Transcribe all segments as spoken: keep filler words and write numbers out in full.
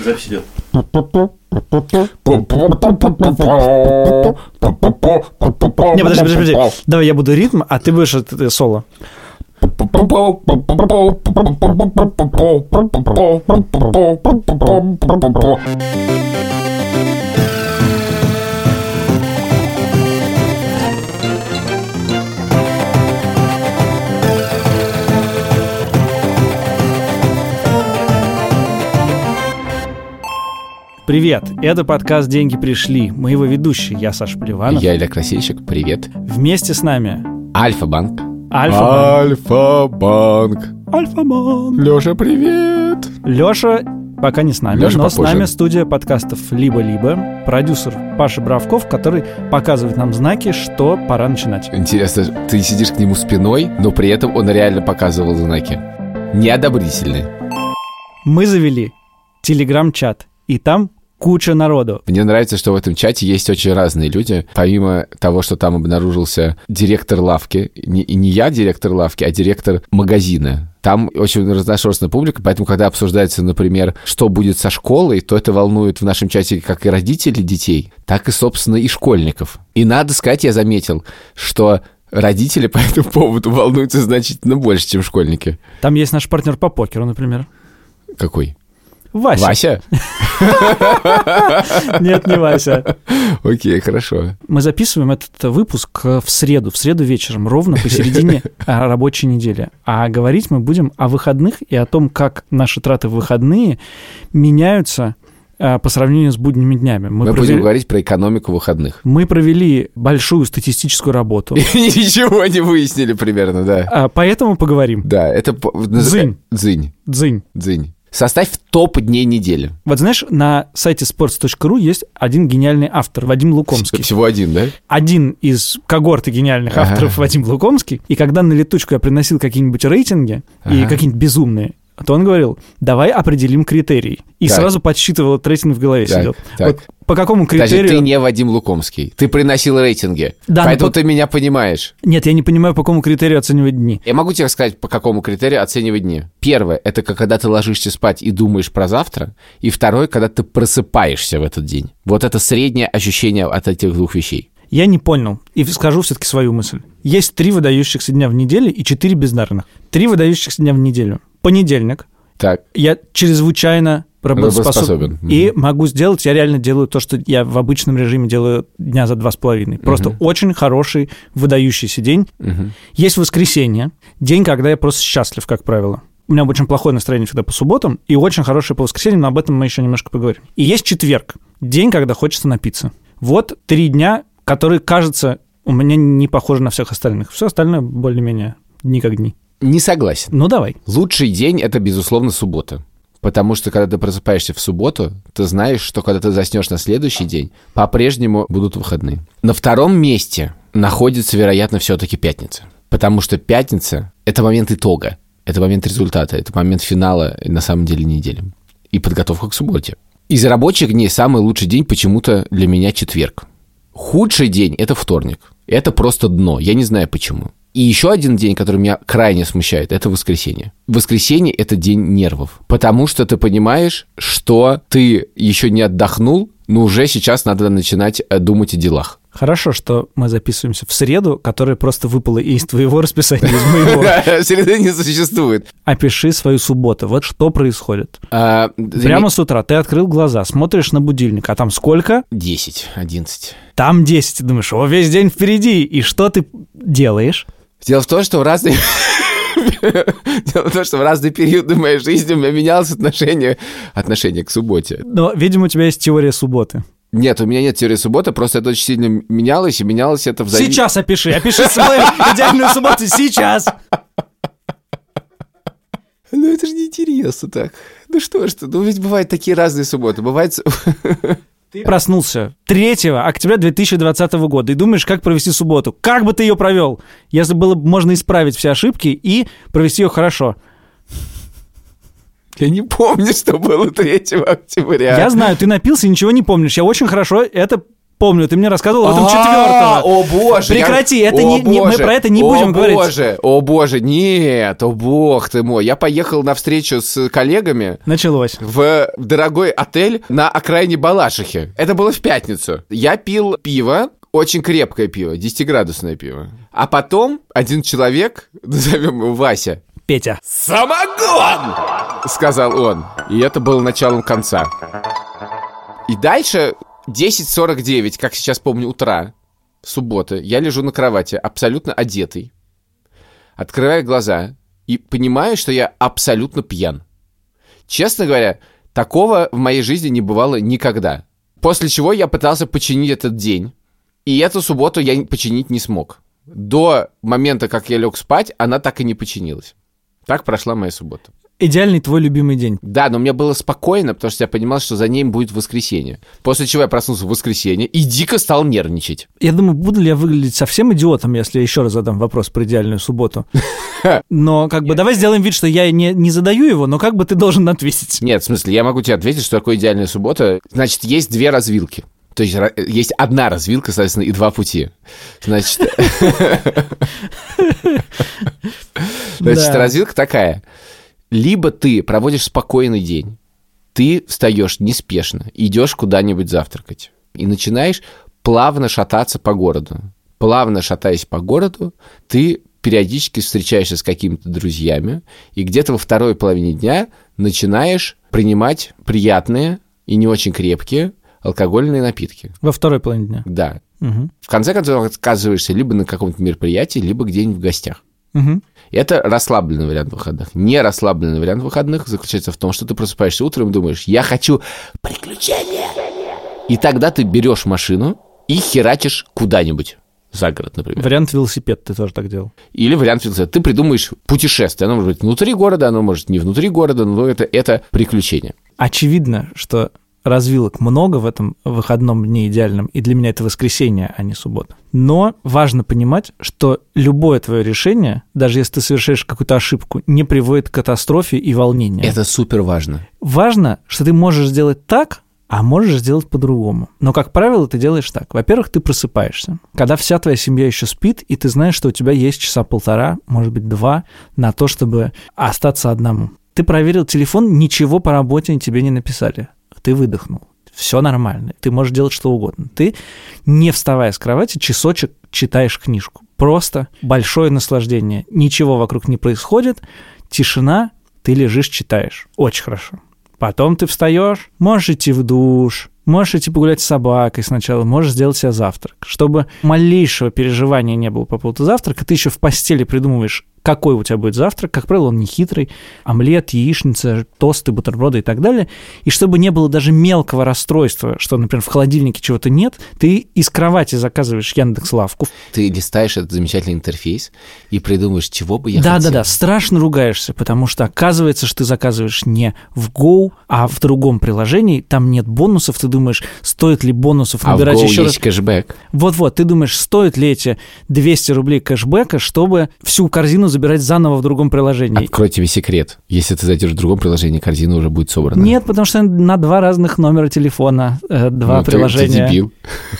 Запись идет. Не, подожди, подожди, подожди. Давай я буду ритм, а ты будешь это, соло. Привет, это подкаст «Деньги пришли». Мы его ведущие, я Саша Поливанов. Я Илья Красильщик, привет. Вместе с нами Альфа-банк. Альфа-банк. Альфа-банк. Альфа-банк. Лёша, привет. Лёша пока не с нами, Лёша но попозже. с нами студия подкастов «Либо-либо», продюсер Паша Бравков, который показывает нам знаки, что пора начинать. Интересно, ты сидишь к нему спиной, но при этом он реально показывал знаки. Неодобрительные. Мы завели телеграм-чат, и там куча народу. Мне нравится, что в этом чате есть очень разные люди. Помимо того, что там обнаружился директор лавки, не, и не я директор лавки, а директор магазина. Там очень разношерстная публика, поэтому, когда обсуждается, например, что будет со школой, то это волнует в нашем чате как и родителей детей, так и, собственно, и школьников. И надо сказать, я заметил, что родители по этому поводу волнуются значительно больше, чем школьники. Там есть наш партнер по покеру, например. Какой? Вася. Вася? Нет, не Вася. Окей, хорошо. Мы записываем этот выпуск в среду, в среду вечером, ровно посередине рабочей недели. А говорить мы будем о выходных и о том, как наши траты в выходные меняются по сравнению с будними днями. Мы, мы провели... будем говорить про экономику выходных. Мы провели большую статистическую работу. И ничего не выяснили примерно, да. Поэтому поговорим. Да, это... Дзынь. Дзынь. Дзынь. Дзынь. Составь топ дней недели. Вот знаешь, на сайте sports точка ру есть один гениальный автор, Вадим Лукомский. Всего один, да? Один из когорты гениальных ага. авторов Вадим Лукомский. И когда на летучку я приносил какие-нибудь рейтинги, ага. и какие-нибудь безумные, то он говорил, давай определим критерий. И так. сразу подсчитывал этот рейтинг в голове так, сидел. Так. Вот по какому критерию... Подожди, ты не Вадим Лукомский. Ты приносил рейтинги. Да, поэтому по... ты меня понимаешь. Нет, я не понимаю, по какому критерию оценивать дни. Я могу тебе сказать, по какому критерию оценивать дни. Первое, это когда ты ложишься спать и думаешь про завтра. И второе, когда ты просыпаешься в этот день. Вот это среднее ощущение от этих двух вещей. Я не понял. И скажу все-таки свою мысль. Есть три выдающихся дня в неделю и четыре бездарных. Три выдающихся дня в неделю. Понедельник. Так. Я чрезвычайно работоспособен. И угу. могу сделать, я реально делаю то, что я в обычном режиме делаю дня за два с половиной. Просто угу. очень хороший, выдающийся день. Угу. Есть воскресенье, день, когда я просто счастлив, как правило. У меня очень плохое настроение всегда по субботам, и очень хорошее по воскресеньям, но об этом мы еще немножко поговорим. И есть четверг, день, когда хочется напиться. Вот три дня, которые, кажется, у меня не похожи на всех остальных. Все остальное более-менее дни как дни. Не согласен. Ну, давай. Лучший день – это, безусловно, суббота. Потому что, когда ты просыпаешься в субботу, ты знаешь, что когда ты заснешь на следующий день, по-прежнему будут выходные. На втором месте находится, вероятно, все-таки пятница. Потому что пятница – это момент итога, это момент результата, это момент финала, на самом деле, недели. И подготовка к субботе. Из рабочих дней самый лучший день почему-то для меня четверг. Худший день – это вторник. Это просто дно, я не знаю почему. И еще один день, который меня крайне смущает, это воскресенье. Воскресенье – это день нервов, потому что ты понимаешь, что ты еще не отдохнул, но уже сейчас надо начинать думать о делах. Хорошо, что мы записываемся в среду, которая просто выпала из твоего расписания, из моего. Среды не существует. Опиши свою субботу. Вот что происходит. Прямо с утра ты открыл глаза, смотришь на будильник, а там сколько? десять, одиннадцать. Там десять. Думаешь, о, весь день впереди. И что ты делаешь? Дело в том, что в разные... Дело в том, что в разные периоды моей жизни у меня менялось отношение, отношение к субботе. Но, видимо, у тебя есть теория субботы. Нет, у меня нет теории субботы, просто это очень сильно менялось, и менялось это взаимно... Сейчас опиши, опиши свою идеальную субботу сейчас. Ну это же неинтересно так. Ну что ж ты, ну ведь бывают такие разные субботы, бывает... Ты проснулся третьего октября две тысячи двадцатого года и думаешь, как провести субботу. Как бы ты ее провел, если было бы можно исправить все ошибки и провести ее хорошо? Я не помню, что было третьего октября. Я знаю, ты напился и ничего не помнишь. Я очень хорошо это помню, ты мне рассказывал об этом четвертого. О боже! Прекрати, это не, не, мы про это не будем говорить. О боже, о боже, нет, о бог ты мой. Я поехал на встречу с коллегами. Началось. В дорогой отель на окраине Балашихи. Это было в пятницу. Я пил пиво, очень крепкое пиво, десятиградусное пиво. А потом один человек, назовем его Вася, Петя. «Самогон!» — сказал он. И это было началом конца. И дальше десять сорок девять, как сейчас помню, утра, суббота, я лежу на кровати, абсолютно одетый, открываю глаза и понимаю, что я абсолютно пьян. Честно говоря, такого в моей жизни не бывало никогда. После чего я пытался починить этот день, и эту субботу я починить не смог. До момента, как я лег спать, она так и не починилась. Так прошла моя суббота. Идеальный твой любимый день. Да, но мне было спокойно, потому что я понимал, что за ним будет воскресенье. После чего я проснулся в воскресенье и дико стал нервничать. Я думаю, буду ли я выглядеть совсем идиотом, если я еще раз задам вопрос про идеальную субботу. Но как бы давай сделаем вид, что я не, не задаю его, но как бы ты должен ответить. Нет, в смысле, я могу тебе ответить, что такое идеальная суббота. Значит, есть две развилки. То есть есть одна развилка, соответственно, и два пути. Значит, значит, развилка такая. Либо ты проводишь спокойный день, ты встаешь неспешно, идешь куда-нибудь завтракать и начинаешь плавно шататься по городу. Плавно шатаясь по городу, ты периодически встречаешься с какими-то друзьями, и где-то во второй половине дня начинаешь принимать приятные и не очень крепкие алкогольные напитки. Во второй половине дня? Да. Угу. В конце концов, оказываешься либо на каком-то мероприятии, либо где-нибудь в гостях. Угу. Это расслабленный вариант выходных. Не расслабленный вариант выходных заключается в том, что ты просыпаешься утром и думаешь, я хочу приключения. И тогда ты берешь машину и херачишь куда-нибудь. За город, например. Вариант велосипед ты тоже так делал. Или вариант велосипеда. Ты придумаешь путешествие. Оно может быть внутри города, оно может не внутри города, но это, это приключение. Очевидно, что развилок много в этом выходном дне идеальном, и для меня это воскресенье, а не суббота. Но важно понимать, что любое твое решение, даже если ты совершаешь какую-то ошибку, не приводит к катастрофе и волнению. Это супер важно. Важно, что ты можешь сделать так, а можешь сделать по-другому. Но, как правило, ты делаешь так. Во-первых, ты просыпаешься, когда вся твоя семья еще спит, и ты знаешь, что у тебя есть часа полтора, может быть, два, на то, чтобы остаться одному. Ты проверил телефон, ничего по работе тебе не написали. Ты выдохнул. Все нормально. Ты можешь делать что угодно. Ты, не вставая с кровати, часочек читаешь книжку. Просто большое наслаждение. Ничего вокруг не происходит. Тишина, ты лежишь, читаешь. Очень хорошо. Потом ты встаешь, можешь идти в душ, можешь идти погулять с собакой сначала, можешь сделать себе завтрак. Чтобы малейшего переживания не было по поводу завтрака, ты еще в постели придумываешь, какой у тебя будет завтрак. Как правило, он не хитрый. Омлет, яичница, тосты, бутерброды и так далее. И чтобы не было даже мелкого расстройства, что, например, в холодильнике чего-то нет, ты из кровати заказываешь Яндекс.Лавку. Ты листаешь этот замечательный интерфейс и придумаешь, чего бы я да, хотел. Да-да-да, страшно ругаешься, потому что оказывается, что ты заказываешь не в Go, а в другом приложении. Там нет бонусов. Ты думаешь, стоит ли бонусов набирать а в Go еще есть раз. кэшбэк. Вот-вот, ты думаешь, стоит ли эти двести рублей кэшбэка, чтобы всю корзину забирать заново в другом приложении. Открой тебе секрет. Если ты зайдешь в другом приложении, корзина уже будет собрана. Нет, потому что на два разных номера телефона, э, два ну, приложения. Ты, ты дебил.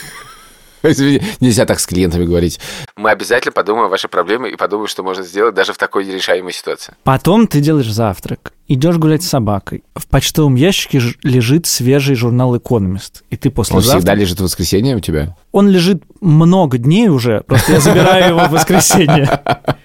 Извини, нельзя так с клиентами говорить. Мы обязательно подумаем о вашей проблеме и подумаем, что можно сделать даже в такой нерешаемой ситуации. Потом ты делаешь завтрак, идешь гулять с собакой. В почтовом ящике лежит свежий журнал «Экономист». И ты после Он завтрака... всегда лежит в воскресенье у тебя? Он лежит много дней уже, просто я забираю его в воскресенье.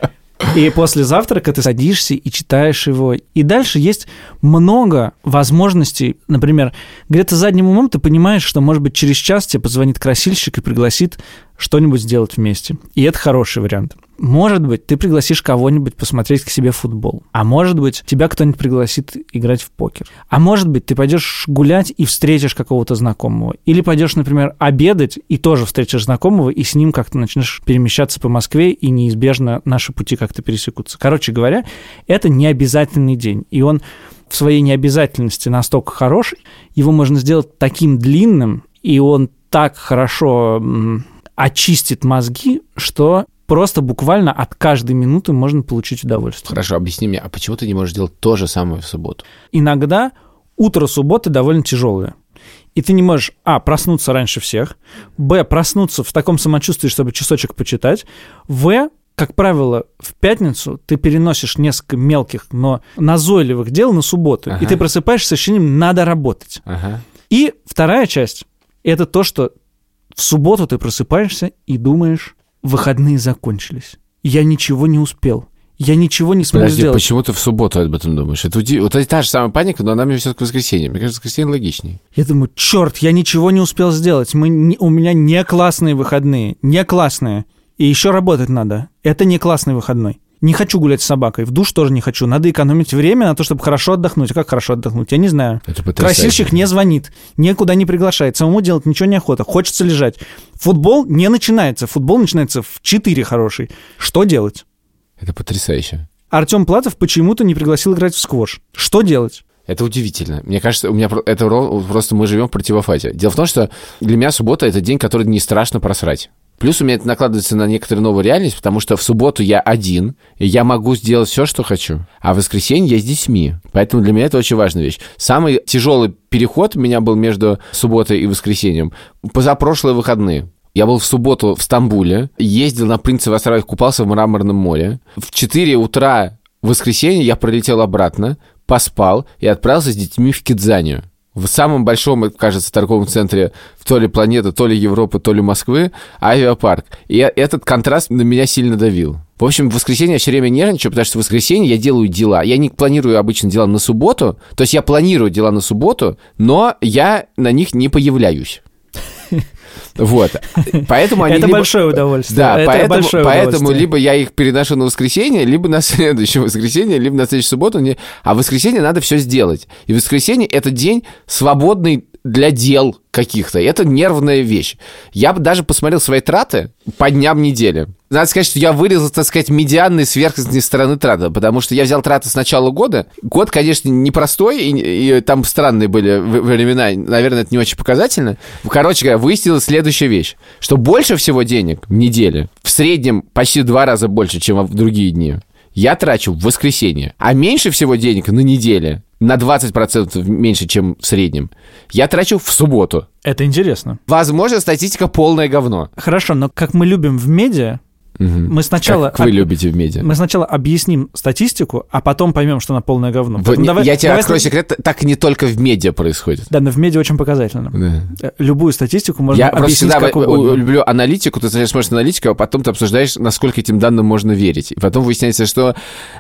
И после завтрака ты садишься и читаешь его. И дальше есть много возможностей. Например, где-то задним умом ты понимаешь, что, может быть, через час тебе позвонит красильщик и пригласит что-нибудь сделать вместе. И это хороший вариант. Может быть, ты пригласишь кого-нибудь посмотреть к себе футбол. А может быть, тебя кто-нибудь пригласит играть в покер. А может быть, ты пойдешь гулять и встретишь какого-то знакомого. Или пойдешь, например, обедать и тоже встретишь знакомого, и с ним как-то начнешь перемещаться по Москве, и неизбежно наши пути как-то пересекутся. Короче говоря, это необязательный день. И он в своей необязательности настолько хорош, его можно сделать таким длинным, и он так хорошо м- очистит мозги, что... Просто буквально от каждой минуты можно получить удовольствие. Хорошо, объясни мне, а почему ты не можешь делать то же самое в субботу? Иногда утро субботы довольно тяжелое. и ты не можешь, а, проснуться раньше всех, б, проснуться в таком самочувствии, чтобы часочек почитать, в, как правило, в пятницу ты переносишь несколько мелких, но назойливых дел на субботу, ага. и ты просыпаешься с ощущением «надо работать». Ага. И вторая часть – это то, что в субботу ты просыпаешься и думаешь, выходные закончились, я ничего не успел. Я ничего не смогу Подожди, сделать. Почему ты в субботу об этом думаешь? Это, уди... вот это та же самая паника, но она мне все-таки в воскресенье. Мне кажется, воскресенье логичнее. Я думаю, черт, я ничего не успел сделать. Мы не... У меня не классные выходные. Не классные. И еще работать надо. Это не классный выходной. Не хочу гулять с собакой. В душ тоже не хочу. Надо экономить время на то, чтобы хорошо отдохнуть. А как хорошо отдохнуть? Я не знаю. Красильщик не звонит. Никуда не приглашает. Самому делать ничего неохота. Хочется лежать. Футбол не начинается. Футбол начинается в четыре хороший. Что делать? Это потрясающе. Артем Платов почему-то не пригласил играть в сквош. Что делать? Это удивительно. Мне кажется, у меня это просто мы живем в противофазе. Дело в том, что для меня суббота — это день, который не страшно просрать. Плюс у меня это накладывается на некоторую новую реальность, потому что в субботу я один, и я могу сделать все, что хочу. А в воскресенье я с детьми. Поэтому для меня это очень важная вещь. Самый тяжелый переход у меня был между субботой и воскресеньем позапрошлые выходные. Я был в субботу в Стамбуле, ездил на Принцевы острова, купался в Мраморном море. В четыре утра в воскресенье я прилетел обратно, поспал и отправился с детьми в Кидзанию. В самом большом, кажется, торговом центре то ли планеты, то ли Европы, то ли Москвы, авиапарк. И этот контраст на меня сильно давил. В общем, в воскресенье я все время нервничаю, потому что в воскресенье я делаю дела. Я не планирую обычно дела на субботу, то есть я планирую дела на субботу, но я на них не появляюсь. Вот. Поэтому они это либо... большое удовольствие. Да, это поэтому, большое поэтому удовольствие. либо я их переношу на воскресенье, либо на следующее воскресенье, либо на следующую субботу. А в воскресенье надо все сделать. И в воскресенье это день свободный для дел каких-то. Это нервная вещь. Я бы даже посмотрел свои траты по дням недели. Надо сказать, что я вырезал, так сказать, медианные с верхней стороны траты, потому что я взял траты с начала года. Год, конечно, непростой, и, и там странные были времена. Наверное, это не очень показательно. Короче говоря, выяснилась следующая вещь, что больше всего денег в неделе, в среднем почти в два раза больше, чем в другие дни, я трачу в воскресенье. А меньше всего денег на неделе, на двадцать процентов меньше, чем в среднем, я трачу в субботу. Это интересно. Возможно, статистика полное говно. Хорошо, но как мы любим в медиа, угу. мы сначала... Как вы об... любите в медиа. Мы сначала объясним статистику, а потом поймем, что она полное говно. Вы, давай, я тебе давай открою с... секрет, так не только в медиа происходит. Да, но в медиа очень показательно. Да. Любую статистику можно я объяснить как угодно. Я просто люблю аналитику, ты смотришь аналитику, а потом ты обсуждаешь, насколько этим данным можно верить. И потом выясняется, что...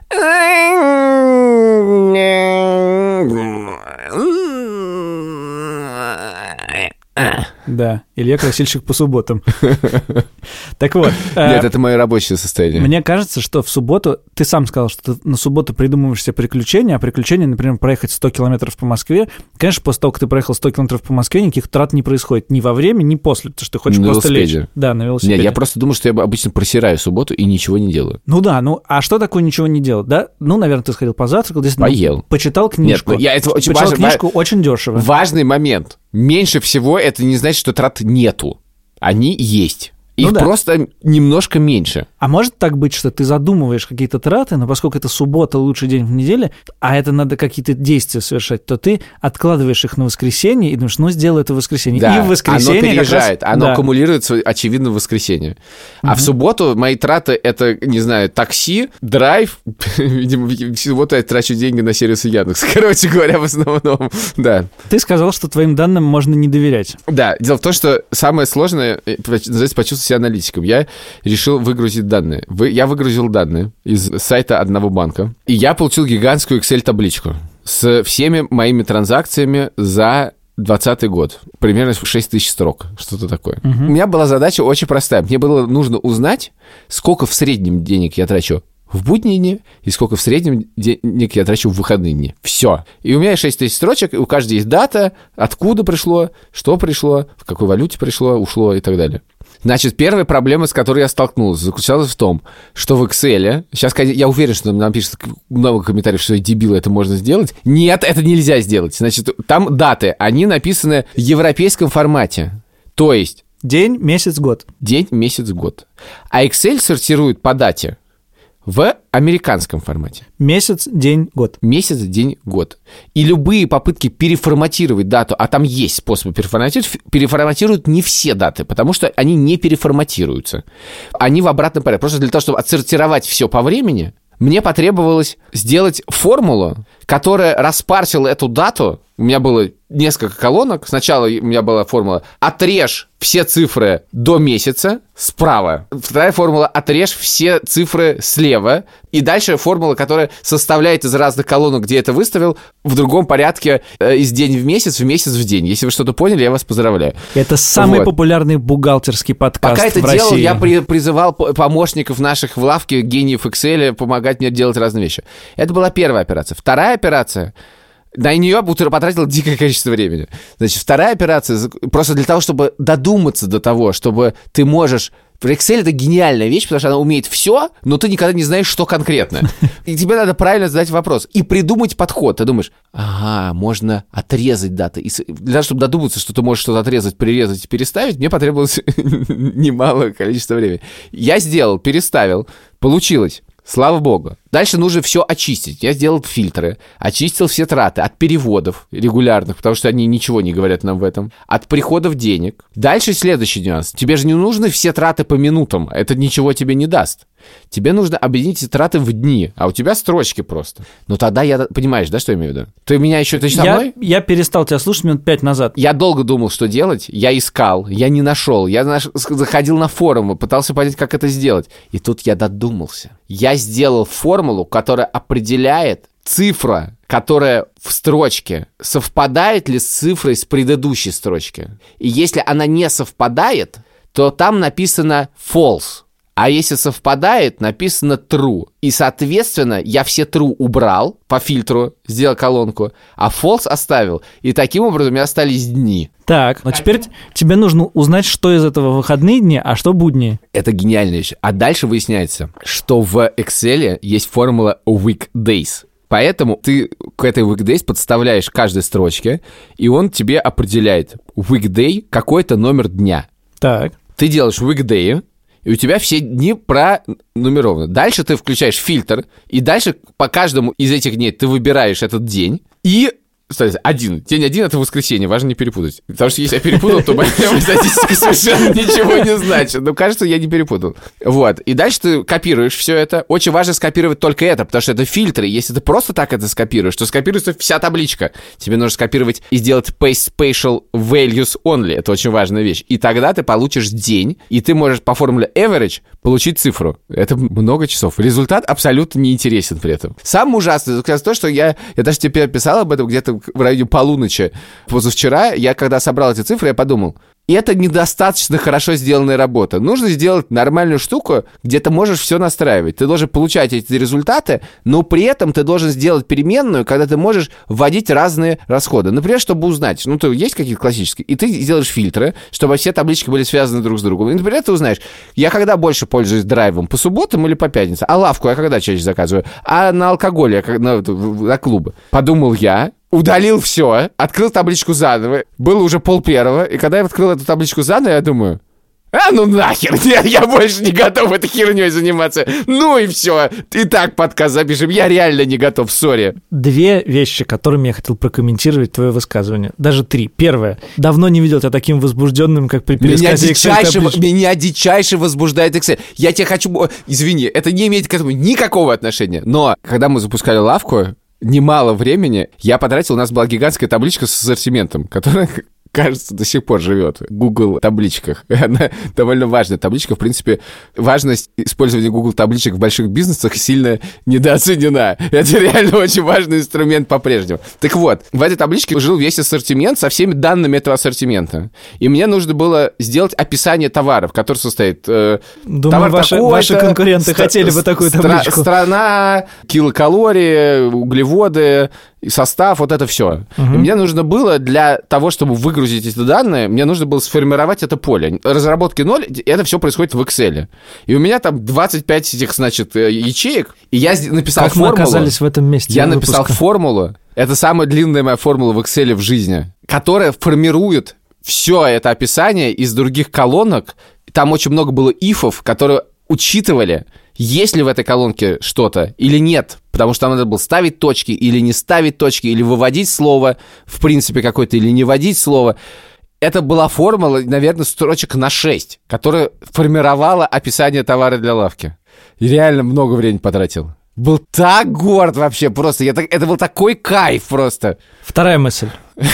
Да, Илья красильщик по субботам. Так вот. Нет, это мое рабочее состояние. Мне кажется, что в субботу... Ты сам сказал, что ты на субботу придумываешь себе приключения, а приключения, например, проехать сто километров по Москве. Конечно, после того, как ты проехал сто километров по Москве, никаких трат не происходит ни во время, ни после, потому что ты хочешь на просто велосипеде. лечь. Да, на велосипеде. Нет, я просто думаю, что я обычно просираю субботу и ничего не делаю. Ну да, ну а что такое ничего не делать, да? Ну, наверное, ты сходил позавтракал, поел. Почитал книжку. Нет, я, это очень почитал важно, книжку очень дешево. Важный момент. Меньше всего это не значит, что трат нету. Они есть. Их ну да. просто немножко меньше. А может так быть, что ты задумываешь какие-то траты, но поскольку это суббота, лучший день в неделе, а это надо какие-то действия совершать, то ты откладываешь их на воскресенье и думаешь, ну, сделаю это в воскресенье. Да, и в воскресенье оно переезжает, раз... оно да. аккумулируется, очевидно, в воскресенье. А угу. в субботу мои траты — это, не знаю, такси, драйв. Видимо, в субботу я трачу деньги на сервисы Яндекс. Короче говоря, в основном, да. Ты сказал, что твоим данным можно не доверять. Да, дело в том, что самое сложное, называется, почувствовать себя аналитиком. Я решил выгрузить данные. Я выгрузил данные из сайта одного банка, и я получил гигантскую Excel-табличку с всеми моими транзакциями за двадцатый год. Примерно шесть тысяч строк, что-то такое. Uh-huh. У меня была задача очень простая. Мне было нужно узнать, сколько в среднем денег я трачу в будние дни и сколько в среднем денег я трачу в выходные дни. Все. И у меня шесть тысяч строчек, и у каждой есть дата, откуда пришло, что пришло, в какой валюте пришло, ушло и так далее. Значит, первая проблема, с которой я столкнулся, заключалась в том, что в Excel... Сейчас я уверен, что нам напишут много комментариев, что я дебил, это можно сделать. Нет, это нельзя сделать. Значит, там даты, они написаны в европейском формате. То есть... День, месяц, год. День, месяц, год. А Excel сортирует по дате в американском формате. Месяц, день, год. Месяц, день, год. И любые попытки переформатировать дату, а там есть способы переформатировать, переформатируют не все даты, потому что они не переформатируются. Они в обратном порядке. Просто для того, чтобы отсортировать все по времени, мне потребовалось сделать формулу, которая распарсила эту дату. У меня было несколько колонок. Сначала у меня была формула «отрежь все цифры до месяца» справа. Вторая формула «отрежь все цифры слева». И дальше формула, которая составляет из разных колонок, где я это выставил, в другом порядке э, из день в месяц, в месяц в день. Если вы что-то поняли, я вас поздравляю. Это самый вот. популярный бухгалтерский подкаст Пока это в делал, России. я при, призывал помощников наших в лавке, гениев Excel, помогать мне делать разные вещи. Это была первая операция. Вторая операция... На нее потратил дикое количество времени. Значит, вторая операция просто для того, чтобы додуматься до того, чтобы ты можешь... Excel — это гениальная вещь, потому что она умеет все, но ты никогда не знаешь, что конкретно. И тебе надо правильно задать вопрос и придумать подход. Ты думаешь, ага, можно отрезать даты. И для того, чтобы додуматься, что ты можешь что-то отрезать, прирезать и переставить, мне потребовалось немалое количество времени. Я сделал, переставил, получилось. Слава богу. Дальше нужно все очистить. Я сделал фильтры, очистил все траты от переводов регулярных, потому что они ничего не говорят нам в этом, от приходов денег. Дальше следующий нюанс. Тебе же не нужны все траты по минутам, это ничего тебе не даст. Тебе нужно объединить эти траты в дни, а у тебя строчки просто. Но тогда я... Понимаешь, да, что я имею в виду? Ты меня еще... Ты со мной? Я, я перестал тебя слушать минут пять назад. Я долго думал, что делать. Я искал, я не нашел. Я наш... заходил на форумы, пытался понять, как это сделать. И тут я додумался. Я сделал формулу, которая определяет цифра, которая в строчке, совпадает ли с цифрой с предыдущей строчки. И если она не совпадает, то там написано false. А если совпадает, написано true. И, соответственно, я все true убрал по фильтру, сделал колонку, а false оставил. И таким образом у меня остались дни. Так, но теперь тебе нужно узнать, что из этого выходные дни, а что будни. Это гениальная вещь. А дальше выясняется, что в Excel есть формула weekdays. Поэтому ты к этой weekdays подставляешь каждой строчке, и он тебе определяет weekday какой-то номер дня. Так. Ты делаешь weekday, и у тебя все дни пронумерованы. Дальше ты включаешь фильтр, и дальше по каждому из этих дней ты выбираешь этот день, и... Кстати, один. День один — это воскресенье, важно не перепутать. Потому что если я перепутал, то моя статистика совершенно ничего не значит. Но кажется, я не перепутал. Вот. И дальше ты копируешь все это. Очень важно скопировать только это, потому что это фильтры. Если ты просто так это скопируешь, то скопируется вся табличка. Тебе нужно скопировать и сделать paste spatial values only. Это очень важная вещь. И тогда ты получишь день, и ты можешь по формуле average получить цифру. Это много часов. Результат абсолютно не интересен при этом. Самое ужасное заключается в том, что я, я даже теперь писал об этом где-то в районе полуночи позавчера. Я, когда собрал эти цифры, я подумал, это недостаточно хорошо сделанная работа. Нужно сделать нормальную штуку, где ты можешь все настраивать. Ты должен получать эти результаты, но при этом ты должен сделать переменную, когда ты можешь вводить разные расходы. Например, чтобы узнать, ну, то есть какие-то классические, и ты сделаешь фильтры, чтобы все таблички были связаны друг с другом. И, например, ты узнаешь, я когда больше пользуюсь драйвом, по субботам или по пятницам, а лавку я когда чаще заказываю, а на алкоголь я как, на, на клубы. Подумал я, удалил все, открыл табличку заново, было уже пол первого, и когда я открыл эту табличку заново, я думаю, а ну нахер, нет, я больше не готов этой херней заниматься, ну и все, и так подкаст запишем, я реально не готов, сори. Две вещи, которыми я хотел прокомментировать твое высказывание, даже три. Первое, давно не видел тебя таким возбужденным, как при пересказе меня дичайше, меня дичайше возбуждает Excel. Я тебе хочу, извини, это не имеет к этому никакого отношения, но когда мы запускали лавку, немало времени я потратил, у нас была гигантская табличка с ассортиментом, которая, кажется, до сих пор живет в Google табличках. Она довольно важная табличка. В принципе, важность использования Google табличек в больших бизнесах сильно недооценена. Это реально очень важный инструмент по-прежнему. Так вот, в этой табличке жил весь ассортимент со всеми данными этого ассортимента. И мне нужно было сделать описание товаров, который состоит... Э, Думаю, товар ваши, ваши конкуренты стра- хотели бы такую табличку. Страна, килокалории, углеводы, состав, вот это все. Угу. И мне нужно было для того, чтобы выгрузить эти данные, мне нужно было сформировать это поле. Разработки ноль, это все происходит в Excel. И у меня там двадцать пять этих, значит, ячеек, и я написал как формулу. Как мы оказались в этом месте? Я написал формулу, это самая длинная моя формула в Excel в жизни, которая формирует все это описание из других колонок. Там очень много было ифов, которые учитывали, есть ли в этой колонке что-то или нет, потому что там надо было ставить точки или не ставить точки, или выводить слово, в принципе, какое-то, или не вводить слово. Это была формула, наверное, строчек на шесть, которая формировала описание товара для лавки. И реально много времени потратил. Был так горд вообще просто. Я так, это был такой кайф просто. Вторая мысль.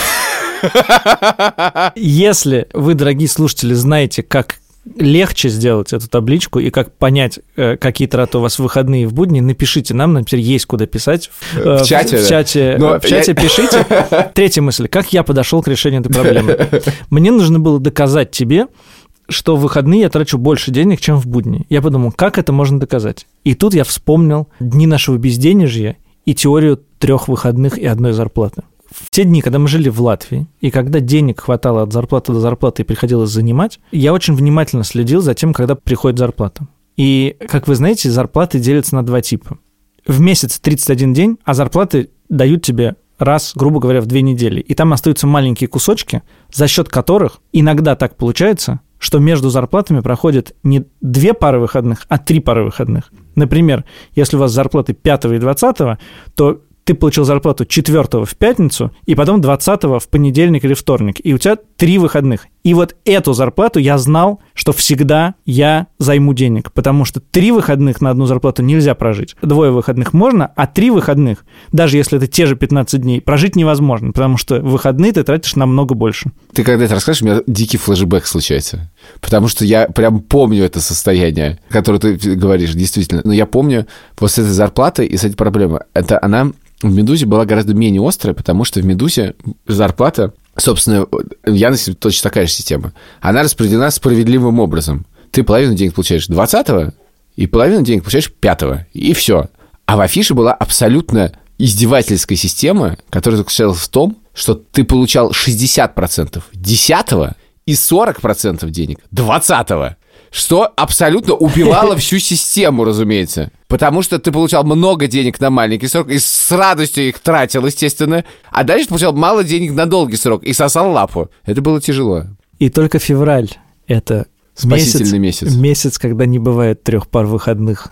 Если вы, дорогие слушатели, знаете, как легче сделать эту табличку и как понять, какие траты у вас в выходные и в будни, напишите нам, например, есть куда писать. В, в чате. В чате, да. в чате я... пишите. Третья мысль. Как я подошел к решению этой проблемы? Мне нужно было доказать тебе, что в выходные я трачу больше денег, чем в будни. Я подумал, как это можно доказать? И тут я вспомнил дни нашего безденежья и теорию трех выходных и одной зарплаты. В те дни, когда мы жили в Латвии, и когда денег хватало от зарплаты до зарплаты и приходилось занимать, я очень внимательно следил за тем, когда приходит зарплата. И, как вы знаете, зарплаты делятся на два типа. В месяц тридцать один день, а зарплаты дают тебе раз, грубо говоря, в две недели. И там остаются маленькие кусочки, за счет которых иногда так получается, что между зарплатами проходит не две пары выходных, а три пары выходных. Например, если у вас зарплаты пятого и двадцатого, то ты получил зарплату четвертого в пятницу, и потом двадцатого в понедельник или вторник, и у тебя три выходных. И вот эту зарплату я знал, что всегда я займу денег, потому что три выходных на одну зарплату нельзя прожить. Двое выходных можно, а три выходных, даже если это те же пятнадцать дней, прожить невозможно, потому что в выходные ты тратишь намного больше. Ты когда это расскажешь, у меня дикий флешбэк случается, потому что я прям помню это состояние, которое ты говоришь, действительно. Но я помню вот с этой зарплатой и с этой проблемой. Это она... В «Медузе» была гораздо менее острая, потому что в «Медузе» зарплата, собственно, в Яндексе точно такая же система. Она распределена справедливым образом. Ты половину денег получаешь двадцатого, и половину денег получаешь пятого, и все. А в Афише была абсолютно издевательская система, которая заключалась в том, что ты получал шестьдесят процентов десятого и сорок процентов денег двадцатого. Что абсолютно убивало всю систему, разумеется. Потому что ты получал много денег на маленький срок и с радостью их тратил, естественно. А дальше ты получал мало денег на долгий срок и сосал лапу. Это было тяжело. И только февраль — это спасительный месяц. Месяц, месяц, когда не бывает трех пар выходных.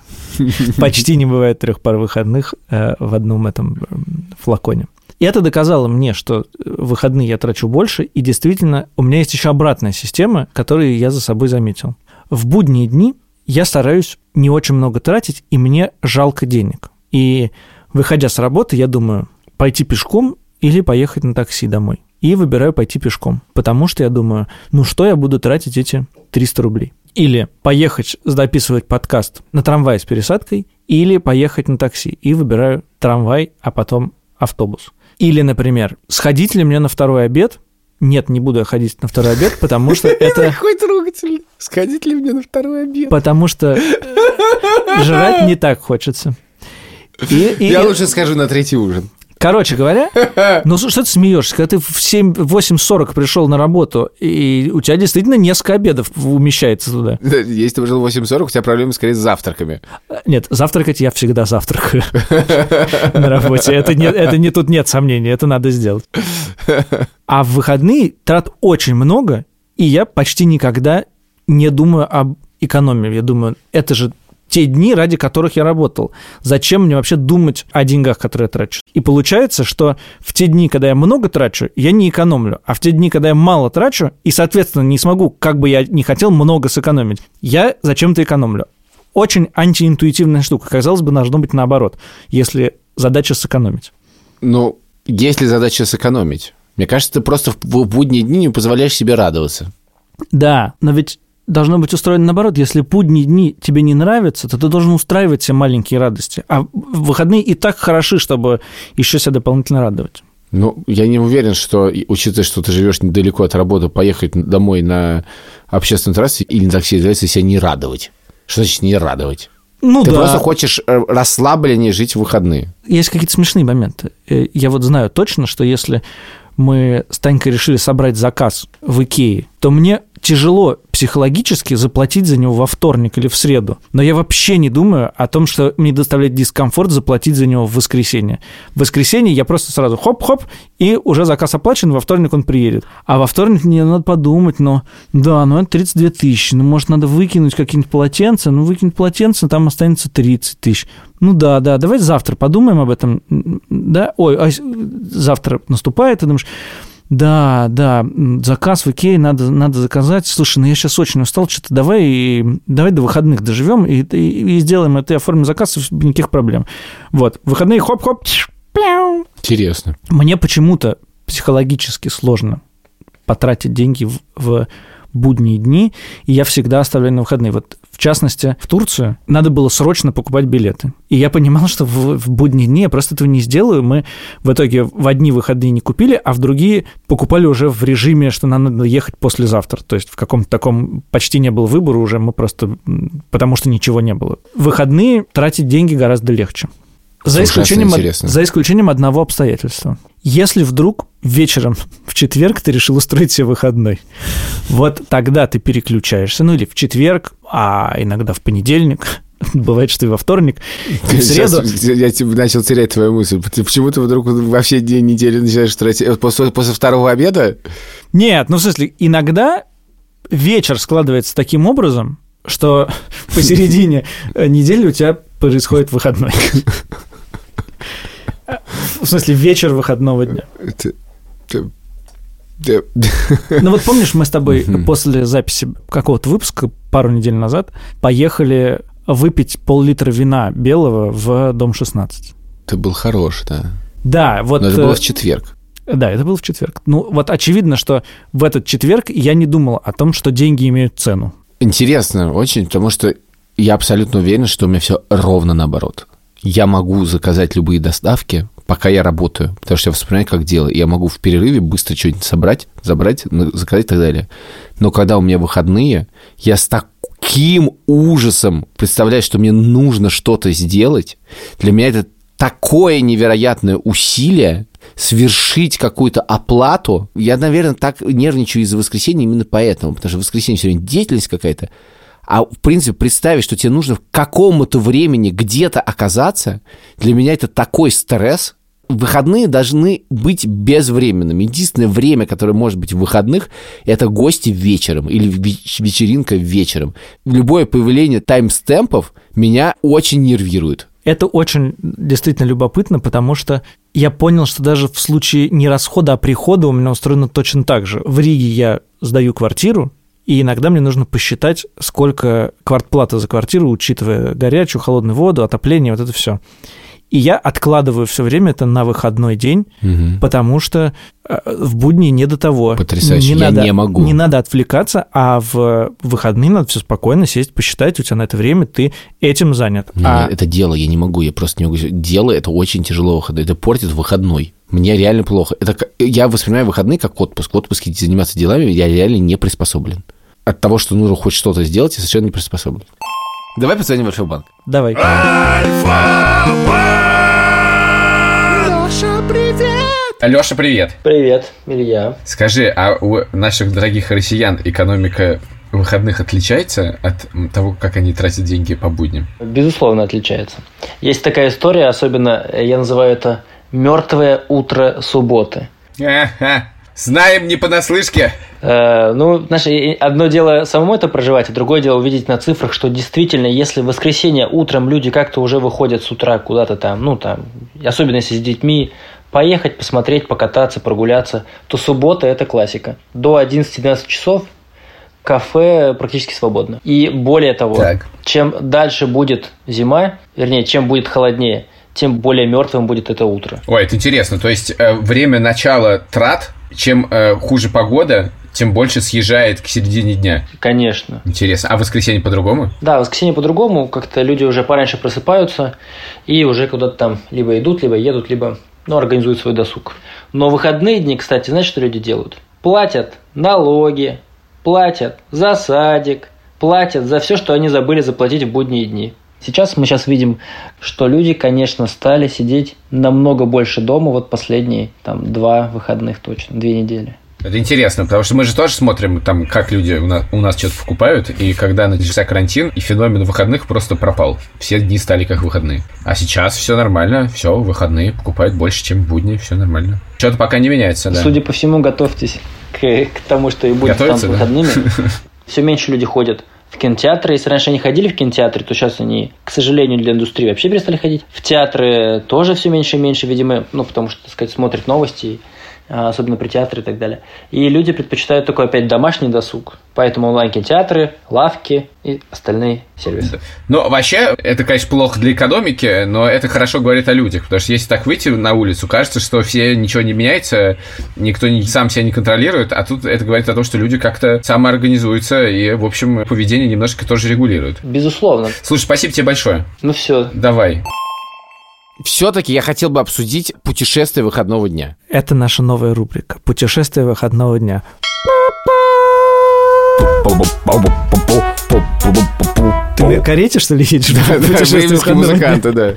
Почти не бывает трех пар выходных в одном этом флаконе. И это доказало мне, что в выходные я трачу больше, и действительно у меня есть еще обратная система, которую я за собой заметил. В будние дни я стараюсь не очень много тратить, и мне жалко денег. И, выходя с работы, я думаю, пойти пешком или поехать на такси домой. И выбираю пойти пешком, потому что я думаю, ну что я буду тратить эти триста рублей? Или поехать записывать подкаст на трамвае с пересадкой, или поехать на такси. И выбираю трамвай, а потом автобус. Или, например, сходить ли мне на второй обед? Нет, не буду я ходить на второй обед, потому что это... Какой трогательный. Сходить ли мне на второй обед? Потому что жрать не так хочется. И, и... Я лучше скажу на третий ужин. Короче говоря, ну что ты смеешься, когда ты в семь-восемь сорок пришел на работу, и у тебя действительно несколько обедов умещается туда. Если ты пришел в восемь сорок, у тебя проблемы скорее с завтраками. Нет, завтракать я всегда завтракаю на работе. Это не, это не тут нет сомнений, это надо сделать. А в выходные трат очень много, и я почти никогда не думаю об экономии. Я думаю, это же те дни, ради которых я работал. Зачем мне вообще думать о деньгах, которые я трачу? И получается, что в те дни, когда я много трачу, я не экономлю, а в те дни, когда я мало трачу, и, соответственно, не смогу, как бы я ни хотел, много сэкономить, я зачем-то экономлю. Очень антиинтуитивная штука. Казалось бы, должно быть наоборот, если задача сэкономить. Ну, если задача сэкономить, мне кажется, ты просто в будние дни не позволяешь себе радоваться. Да, но ведь должно быть устроено наоборот. Если будние дни тебе не нравятся, то ты должен устраивать себе маленькие радости. А выходные и так хороши, чтобы еще себя дополнительно радовать. Ну, я не уверен, что, учитывая, что ты живешь недалеко от работы, поехать домой на общественном трассе или на такси, является себя не радовать. Что значит не радовать? Ну, ты да. просто хочешь расслабленнее жить в выходные. Есть какие-то смешные моменты. Я вот знаю точно, что если мы с Танькой решили собрать заказ в Икее, то мне тяжело психологически заплатить за него во вторник или в среду. Но я вообще не думаю о том, что мне доставляет дискомфорт заплатить за него в воскресенье. В воскресенье я просто сразу хоп-хоп, и уже заказ оплачен, во вторник он приедет. А во вторник мне надо подумать, ну, да, ну это тридцать две тысячи, ну, может, надо выкинуть какие-нибудь полотенца, ну, выкинуть полотенце, там останется тридцать тысяч. Ну, да, да, давай завтра подумаем об этом, да, ой, а завтра наступает, ты думаешь... Да, да, заказ в Икее надо, надо заказать. Слушай, ну я сейчас очень устал, что-то давай, давай до выходных доживем и, и, и сделаем это, и оформим заказ, никаких проблем. Вот, выходные, хоп-хоп, пяу. Интересно. Мне почему-то психологически сложно потратить деньги в, в будние дни, и я всегда оставляю на выходные. Вот, в частности, в Турцию надо было срочно покупать билеты. И я понимал, что в, в будние дни я просто этого не сделаю. Мы в итоге в одни выходные не купили, а в другие покупали уже в режиме, что нам надо ехать послезавтра. То есть в каком-то таком почти не было выбора уже, мы просто... потому что ничего не было. В выходные тратить деньги гораздо легче. За исключением, за исключением одного обстоятельства. Если вдруг вечером в четверг ты решил устроить себе выходной, вот тогда ты переключаешься, ну или в четверг, а иногда в понедельник, бывает, что и во вторник, и в среду... Сейчас я начал терять твою мысль. Почему ты вдруг во все дни недели начинаешь тратить? После, после второго обеда? Нет, ну в смысле, иногда вечер складывается таким образом, что посередине недели у тебя происходит выходной. В смысле, вечер выходного дня. Ну вот помнишь, мы с тобой после записи какого-то выпуска пару недель назад поехали выпить пол-литра вина белого в дом шестнадцать. Это был хорош, да. Да, вот... Но это было в четверг. Да, это было в четверг. Ну вот очевидно, что в этот четверг я не думал о том, что деньги имеют цену. Интересно очень, потому что я абсолютно уверен, что у меня все ровно наоборот. Я могу заказать любые доставки, пока я работаю, потому что я вспоминаю, как делаю. Я могу в перерыве быстро что-нибудь собрать, забрать, заказать и так далее. Но когда у меня выходные, я с таким ужасом представляю, что мне нужно что-то сделать. Для меня это такое невероятное усилие совершить какую-то оплату. Я, наверное, так нервничаю из-за воскресенья именно поэтому, потому что в воскресенье все время деятельность какая-то. А, в принципе, представить, что тебе нужно в какому-то времени где-то оказаться, для меня это такой стресс. Выходные должны быть безвременными. Единственное время, которое может быть в выходных, это гости вечером или вечеринка вечером. Любое появление таймстемпов меня очень нервирует. Это очень действительно любопытно, потому что я понял, что даже в случае не расхода, а прихода у меня устроено точно так же. В Риге я сдаю квартиру, и иногда мне нужно посчитать, сколько квартплата за квартиру, учитывая горячую, холодную воду, отопление, вот это все. И я откладываю все время это на выходной день, угу. потому что в будни не до того. Потрясающе, не я надо, не могу. Не надо отвлекаться, а в выходные надо все спокойно сесть, посчитать, у тебя на это время ты этим занят. Не, а... Это дело, я не могу, я просто не могу. Дело – это очень тяжело выходной, это портит выходной. Мне реально плохо. Это, я воспринимаю выходные как отпуск. В отпуске заниматься делами я реально не приспособлен. От того, что нужно хоть что-то сделать, я совершенно не приспособлен. Давай позвоним в Альфа-банк. Давай. Лёша, привет! Лёша, привет! Привет, Илья. Скажи, а у наших дорогих россиян экономика выходных отличается от того, как они тратят деньги по будням? Безусловно, отличается. Есть такая история, особенно я называю это «мертвое утро субботы». Ага. Знаем не понаслышке. Э, ну, знаешь, одно дело самому это проживать, а другое дело увидеть на цифрах, что действительно, если в воскресенье утром люди как-то уже выходят с утра куда-то там, ну, там, особенно если с детьми, поехать, посмотреть, покататься, прогуляться, то суббота – это классика. До одиннадцати-двенадцати часов кафе практически свободно. И более того, так. чем дальше будет зима, вернее, чем будет холоднее, тем более мертвым будет это утро. Ой, это интересно. То есть э, время начала трат, чем э, хуже погода, тем больше съезжает к середине дня. Конечно. Интересно. А в воскресенье по-другому? Да, в воскресенье по-другому. Как-то люди уже пораньше просыпаются и уже куда-то там либо идут, либо едут, либо ну, организуют свой досуг. Но в выходные дни, кстати, знаете, что люди делают? Платят налоги, платят за садик, платят за все, что они забыли заплатить в будние дни. Сейчас мы сейчас видим, что люди, конечно, стали сидеть намного больше дома, вот последние там два выходных точно, две недели. Это интересно, потому что мы же тоже смотрим, там, как люди у нас, у нас что-то покупают, и когда начался карантин, и феномен выходных просто пропал. Все дни стали как выходные. А сейчас все нормально, все, выходные покупают больше, чем в будни, все нормально. Что-то пока не меняется, да. Судя по всему, готовьтесь к, к тому, что и будет там выходными. Все меньше люди ходят в кинотеатры. Если раньше они ходили в кинотеатры, то сейчас они, к сожалению, для индустрии вообще перестали ходить. В театры тоже все меньше и меньше, видимо, ну, потому что, так сказать, смотрят новости, особенно при театре и так далее. И люди предпочитают такой опять домашний досуг. Поэтому онлайн-кинотеатры, лавки и остальные сервисы. Ну, вообще, это, конечно, плохо для экономики, но это хорошо говорит о людях. Потому что если так выйти на улицу, кажется, что все ничего не меняется, никто не, сам себя не контролирует, а тут это говорит о том, что люди как-то самоорганизуются и, в общем, поведение немножко тоже регулируют. Безусловно. Слушай, спасибо тебе большое. Ну все. Давай. Все-таки я хотел бы обсудить путешествие выходного дня. Это наша новая рубрика «Путешествие выходного дня». Ты на карете, что ли, едешь? Да, да, бременские музыканты, да.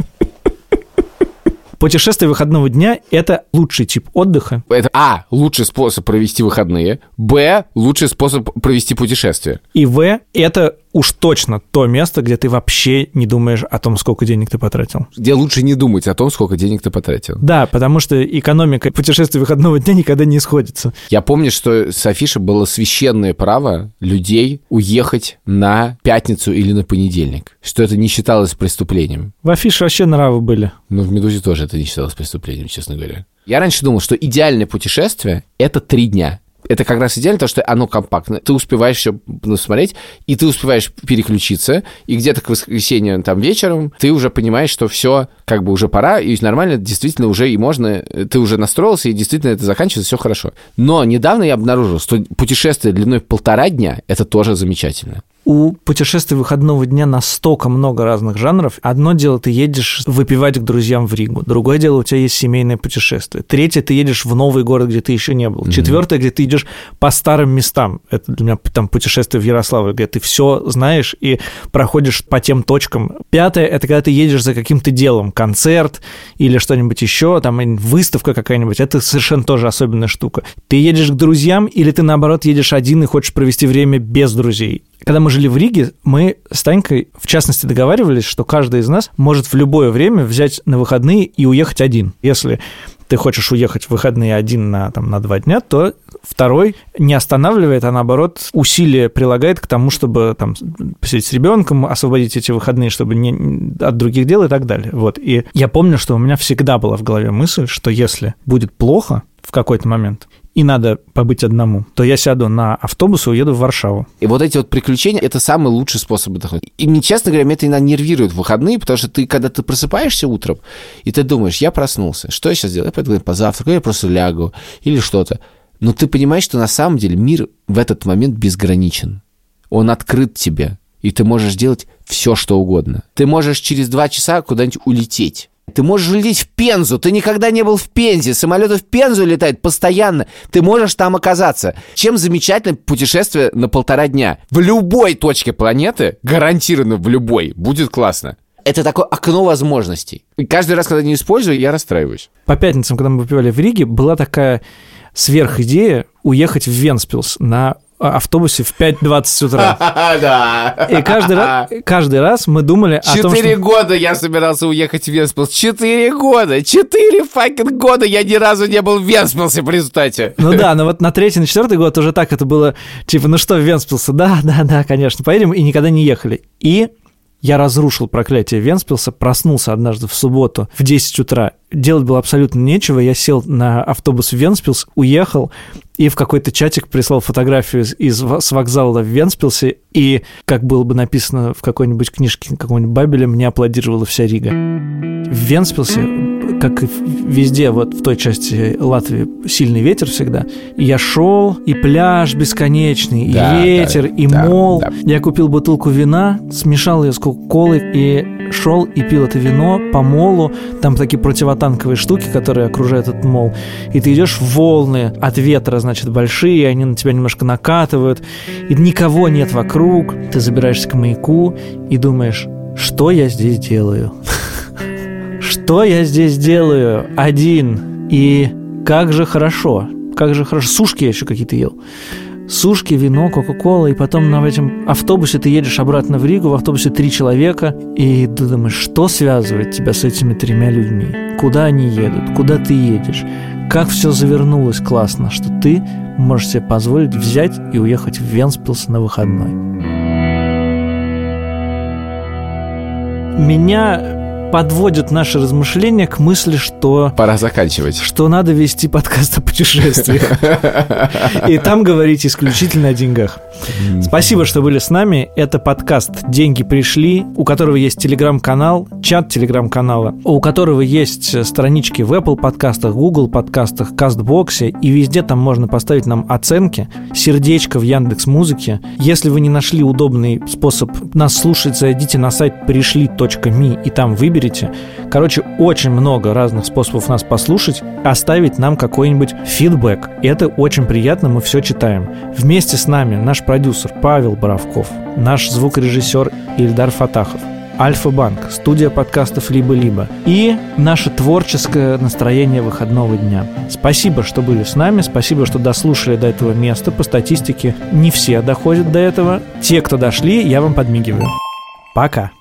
Путешествие выходного дня – это лучший тип отдыха. Это, а, лучший способ провести выходные, б, лучший способ провести путешествие. И в, это уж точно то место, где ты вообще не думаешь о том, сколько денег ты потратил. Где лучше не думать о том, сколько денег ты потратил. Да, потому что экономика путешествия выходного дня никогда не сходится. Я помню, что с афиши было священное право людей уехать на пятницу или на понедельник, что это не считалось преступлением. В афише вообще нравы были. Ну, в «Медузе» тоже это не считалось преступлением, честно говоря. Я раньше думал, что идеальное путешествие – это три дня. Это как раз идеально, потому что оно компактное. Ты успеваешь все посмотреть, и ты успеваешь переключиться, и где-то к воскресенью там вечером ты уже понимаешь, что все как бы уже пора, и нормально, действительно уже и можно, ты уже настроился, и действительно это заканчивается, все хорошо. Но недавно я обнаружил, что путешествие длиной полтора дня – это тоже замечательно. У путешествий выходного дня настолько много разных жанров. Одно дело, ты едешь выпивать к друзьям в Ригу. Другое дело, у тебя есть семейное путешествие. Третье, ты едешь в новый город, где ты еще не был. Mm-hmm. Четвертое, где ты идешь по старым местам. Это для меня там путешествие в Ярославль, где ты все знаешь и проходишь по тем точкам. Пятое, это когда ты едешь за каким-то делом. Концерт или что-нибудь еще, там выставка какая-нибудь. Это совершенно тоже особенная штука. Ты едешь к друзьям или ты, наоборот, едешь один и хочешь провести время без друзей. Когда мы жили в Риге, мы с Танькой, в частности, договаривались, что каждый из нас может в любое время взять на выходные и уехать один. Если ты хочешь уехать в выходные один на, там, на два дня, то второй не останавливает, а наоборот усилия прилагает к тому, чтобы там, посидеть с ребенком, освободить эти выходные, чтобы не от других дел и так далее. Вот. И я помню, что у меня всегда была в голове мысль, что если будет плохо в какой-то момент, и надо побыть одному, то я сяду на автобус и уеду в Варшаву. И вот эти вот приключения – это самый лучший способ отдохнуть. И мне, честно говоря, меня это иногда нервирует в выходные, потому что ты, когда ты просыпаешься утром, и ты думаешь, я проснулся, что я сейчас делаю? Я пойду позавтракаю, я просто лягу или что-то. Но ты понимаешь, что на самом деле мир в этот момент безграничен. Он открыт тебе, и ты можешь делать все, что угодно. Ты можешь через два часа куда-нибудь улететь. Ты можешь улететь в Пензу, ты никогда не был в Пензе, самолеты в Пензу летают постоянно, ты можешь там оказаться. Чем замечательно путешествие на полтора дня? В любой точке планеты, гарантированно в любой, будет классно. Это такое окно возможностей. И каждый раз, когда не использую, я расстраиваюсь. По пятницам, когда мы выпивали в Риге, была такая сверхидея уехать в Венспилс на автобусе в пять двадцать утра. Да. И каждый раз, каждый раз мы думали о том, что... Четыре года я собирался уехать в Венспилс. Четыре года. Четыре факин года я ни разу не был в Венспилсе, представьте. Ну да, но вот на третий, на четвертый год уже так это было, типа, ну что, в Венспилсе? Да, да, да, конечно, поедем, и никогда не ехали. И я разрушил проклятие Венспилса, проснулся однажды в субботу в десять утра. Делать было абсолютно нечего. Я сел на автобус в Венспилс, уехал, и в какой-то чатик прислал фотографию из, из, с вокзала в Венспилсе, и, как было бы написано в какой-нибудь книжке какого-нибудь Бабеля, мне аплодировала вся Рига. В Венспилсе, как и везде, вот в той части Латвии, сильный ветер всегда. И я шел, и пляж бесконечный, да, и ветер, да, и да, мол. Да. Я купил бутылку вина, смешал ее с кока-колой, и шел и пил это вино по молу. Там такие противотанковые штуки, которые окружают этот мол. И ты идешь в волны от ветра, значит, большие, они на тебя немножко накатывают, и никого нет вокруг. Ты забираешься к маяку и думаешь, что я здесь делаю? Что я здесь делаю один? И как же хорошо, как же хорошо. Сушки я еще какие-то ел. Сушки, вино, кока-кола, и потом на этом автобусе ты едешь обратно в Ригу, в автобусе три человека, и ты думаешь, что связывает тебя с этими тремя людьми? Куда они едут? Куда ты едешь? Как все завернулось классно, что ты можешь себе позволить взять и уехать в Вентспилс на выходной. Меня подводят наши размышления к мысли, что... Пора заканчивать. Что надо вести подкаст о путешествиях. И там говорить исключительно о деньгах. Спасибо, что были с нами. Это подкаст «Деньги пришли», у которого есть телеграм-канал, чат телеграм-канала, у которого есть странички в Apple подкастах, Google подкастах, Кастбоксе, и везде там можно поставить нам оценки, сердечко в Яндекс.Музыке. Если вы не нашли удобный способ нас слушать, зайдите на сайт пришли точка ми и там выберите. Короче, очень много разных способов нас послушать, оставить нам какой-нибудь фидбэк. И это очень приятно, мы все читаем. Вместе с нами наш продюсер Павел Боровков, наш звукорежиссер Ильдар Фатахов, Альфа-Банк, студия подкастов «Либо-либо» и наше творческое настроение выходного дня. Спасибо, что были с нами, спасибо, что дослушали до этого места. По статистике не все доходят до этого. Те, кто дошли, я вам подмигиваю. Пока.